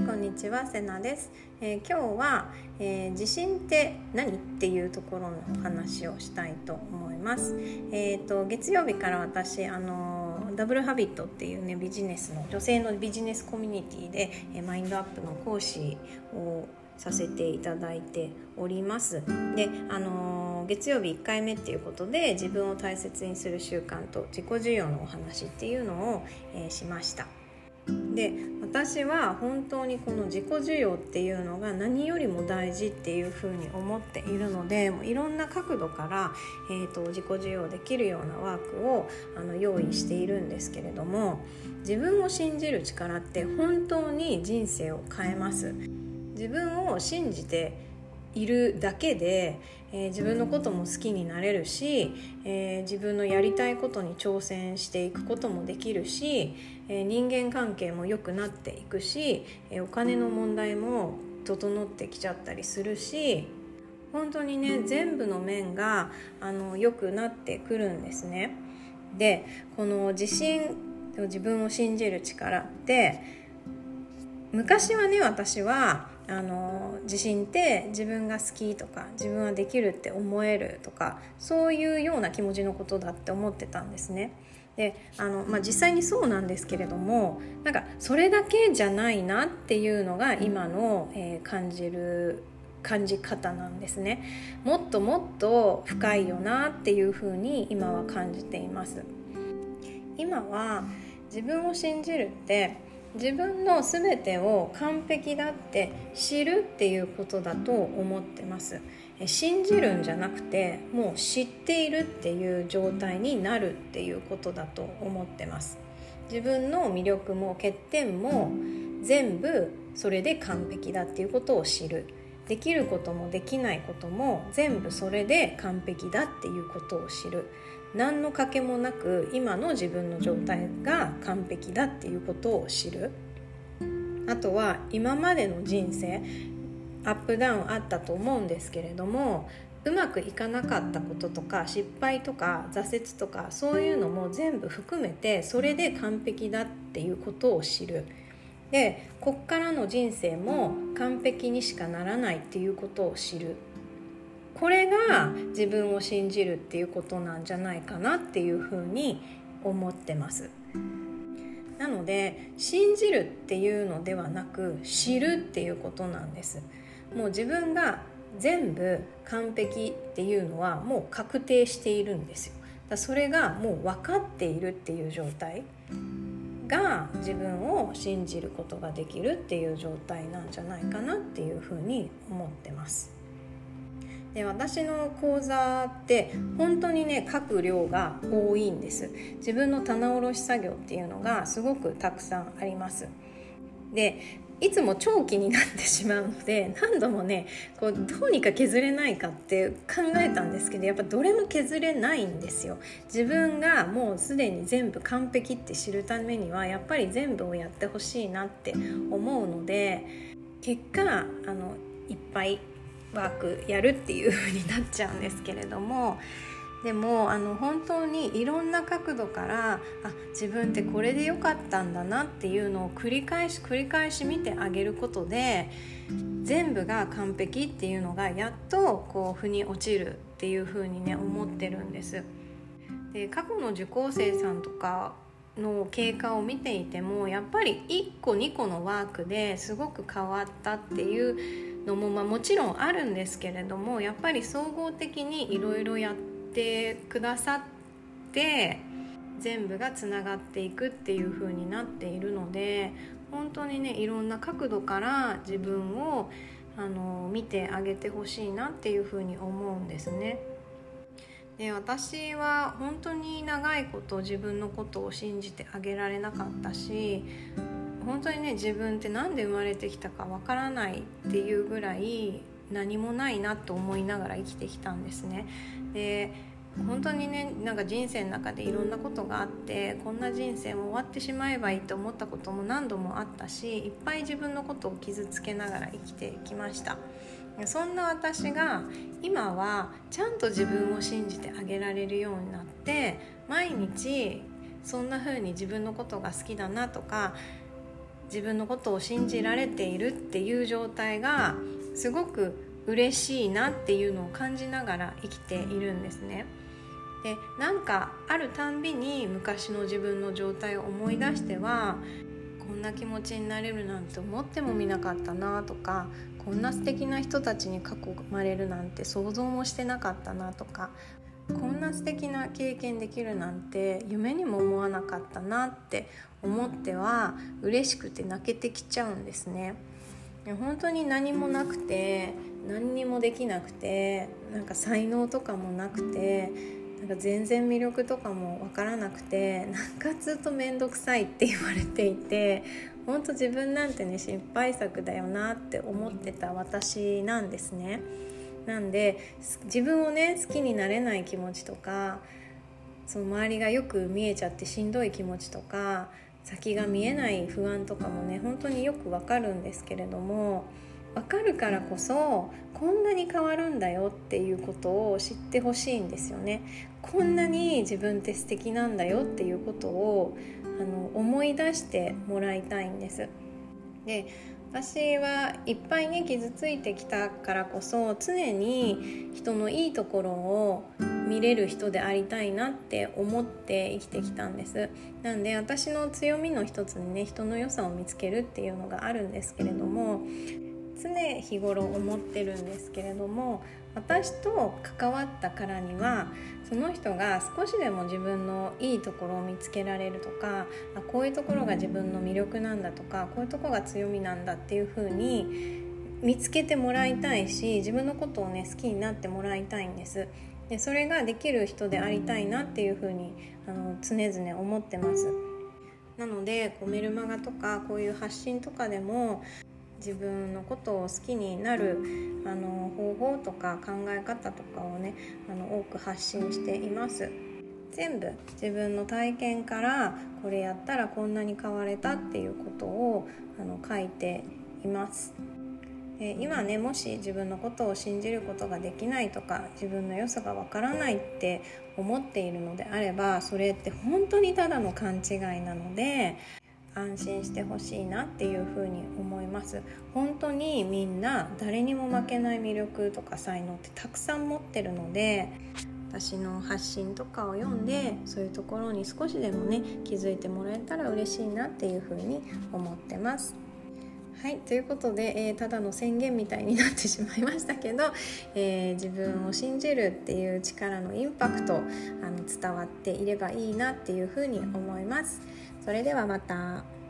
こんにちは、セナです。今日は、自信って何っていうところのお話をしたいと思います。月曜日から私ダブルハビットっていうね、ビジネスの女性のビジネスコミュニティでマインドアップの講師をさせていただいております。で、月曜日1回目っていうことで自分を大切にする習慣と自己需要のお話っていうのを、しました。で、私は本当にこの自己需要っていうのが何よりも大事っていうふうに思っているので、もういろんな角度から、自己需要できるようなワークを用意しているんですけれども、自分を信じる力って本当に人生を変えます。自分を信じているだけで、自分のことも好きになれるし、自分のやりたいことに挑戦していくこともできるし、人間関係も良くなっていくし、お金の問題も整ってきちゃったりするし、本当にね、全部の面が良くなってくるんですね。で、この自分を信じる力って、昔はね、私は自信って自分が好きとか自分はできるって思えるとか、そういうような気持ちのことだって思ってたんですね。で、実際にそうなんですけれども、なんかそれだけじゃないなっていうのが今の、感じ方なんですね。もっともっと深いよなっていうふうに今は感じています。今は自分を信じるって自分の全てを完璧だって知るっていうことだと思ってます。信じるんじゃなくて、もう知っているっていう状態になるっていうことだと思ってます。自分の魅力も欠点も全部それで完璧だっていうことを知る。できることもできないことも全部それで完璧だっていうことを知る。何の賭けもなく今の自分の状態が完璧だっていうことを知る。あとは今までの人生アップダウンあったと思うんですけれども、うまくいかなかったこととか失敗とか挫折とか、そういうのも全部含めてそれで完璧だっていうことを知る。で、こっからの人生も完璧にしかならないっていうことを知る。これが自分を信じるっていうことなんじゃないかなっていうふうに思ってます。なので、信じるっていうのではなく知るっていうことなんです。もう自分が全部完璧っていうのはもう確定しているんですよ。それがもう分かっているっていう状態が自分を信じることができるっていう状態なんじゃないかなっていうふうに思ってます。で、私の講座って本当にね、書く量が多いんです。自分の棚卸し作業っていうのがすごくたくさんあります。で、いつも長期になってしまうので、何度もね、どうにか削れないかって考えたんですけど、やっぱどれも削れないんですよ。自分がもうすでに全部完璧って知るためにはやっぱり全部をやってほしいなって思うので、結果いっぱいワークやるっていう風になっちゃうんですけれども、でも本当にいろんな角度から自分ってこれで良かったんだなっていうのを繰り返し見てあげることで、全部が完璧っていうのがやっと腑に落ちるっていう風にね、思ってるんです。で、過去の受講生さんとかの経過を見ていても、やっぱり1個2個のワークですごく変わったっていうのも、もちろんあるんですけれども、やっぱり総合的にいろいろやってくださって全部がつながっていくっていう風になっているので、本当にね、いろんな角度から自分を見てあげてほしいなっていう風に思うんですね。で、私は本当に長いこと自分のことを信じてあげられなかったし、本当にね、自分ってなんで生まれてきたかわからないっていうぐらい何もないなと思いながら生きてきたんですね。で、本当にね、なんか人生の中でいろんなことがあって、こんな人生も終わってしまえばいいと思ったことも何度もあったし、いっぱい自分のことを傷つけながら生きてきました。そんな私が今はちゃんと自分を信じてあげられるようになって、毎日そんな風に自分のことが好きだなとか、 自分のことを信じられているっていう状態がすごく嬉しいなっていうのを感じながら生きているんですね。で、なんかあるたんびに昔の自分の状態を思い出しては、こんな気持ちになれるなんて思ってもみなかったなとか、こんな素敵な人たちに囲まれるなんて想像もしてなかったなとか、こんな素敵な経験できるなんて夢にも思わなかったなって思っては嬉しくて泣けてきちゃうんですね。本当に何もなくて、何にもできなくて、なんか才能とかもなくて、なんか全然魅力とかも分からなくて、なんかずっと面倒くさいって言われていて、本当自分なんてね失敗作だよなって思ってた私なんですね。なんで自分をね好きになれない気持ちとか、その周りがよく見えちゃってしんどい気持ちとか、先が見えない不安とかもね本当によくわかるんですけれども、わかるからこそこんなに変わるんだよっていうことを知ってほしいんですよね。こんなに自分って素敵なんだよっていうことを思い出してもらいたいんです。で、私はいっぱいね傷ついてきたからこそ、常に人のいいところを見れる人でありたいなって思って生きてきたんです。なんで私の強みの一つにね、人の良さを見つけるっていうのがあるんですけれども、常日頃思ってるんですけれども、私と関わったからにはその人が少しでも自分のいいところを見つけられるとか、こういうところが自分の魅力なんだとか、こういうところが強みなんだっていう風に見つけてもらいたいし、自分のことをね好きになってもらいたいんです。で、それができる人でありたいなっていう風に常々思ってます。なのでメルマガとかこういう発信とかでも、自分のことを好きになる方法とか考え方とかをね多く発信しています。全部自分の体験から、これやったらこんなに変われたっていうことを書いています。で、今ねもし自分のことを信じることができないとか、自分の良さがわからないって思っているのであれば、それって本当にただの勘違いなので、安心してほしいなっていうふうに思います。本当にみんな誰にも負けない魅力とか才能ってたくさん持ってるので、私の発信とかを読んでそういうところに少しでもね気づいてもらえたら嬉しいなっていうふうに思ってます。はい、ということで、ただの宣言みたいになってしまいましたけど、自分を信じるっていう力のインパクト伝わっていればいいなっていうふうに思います。それではまた。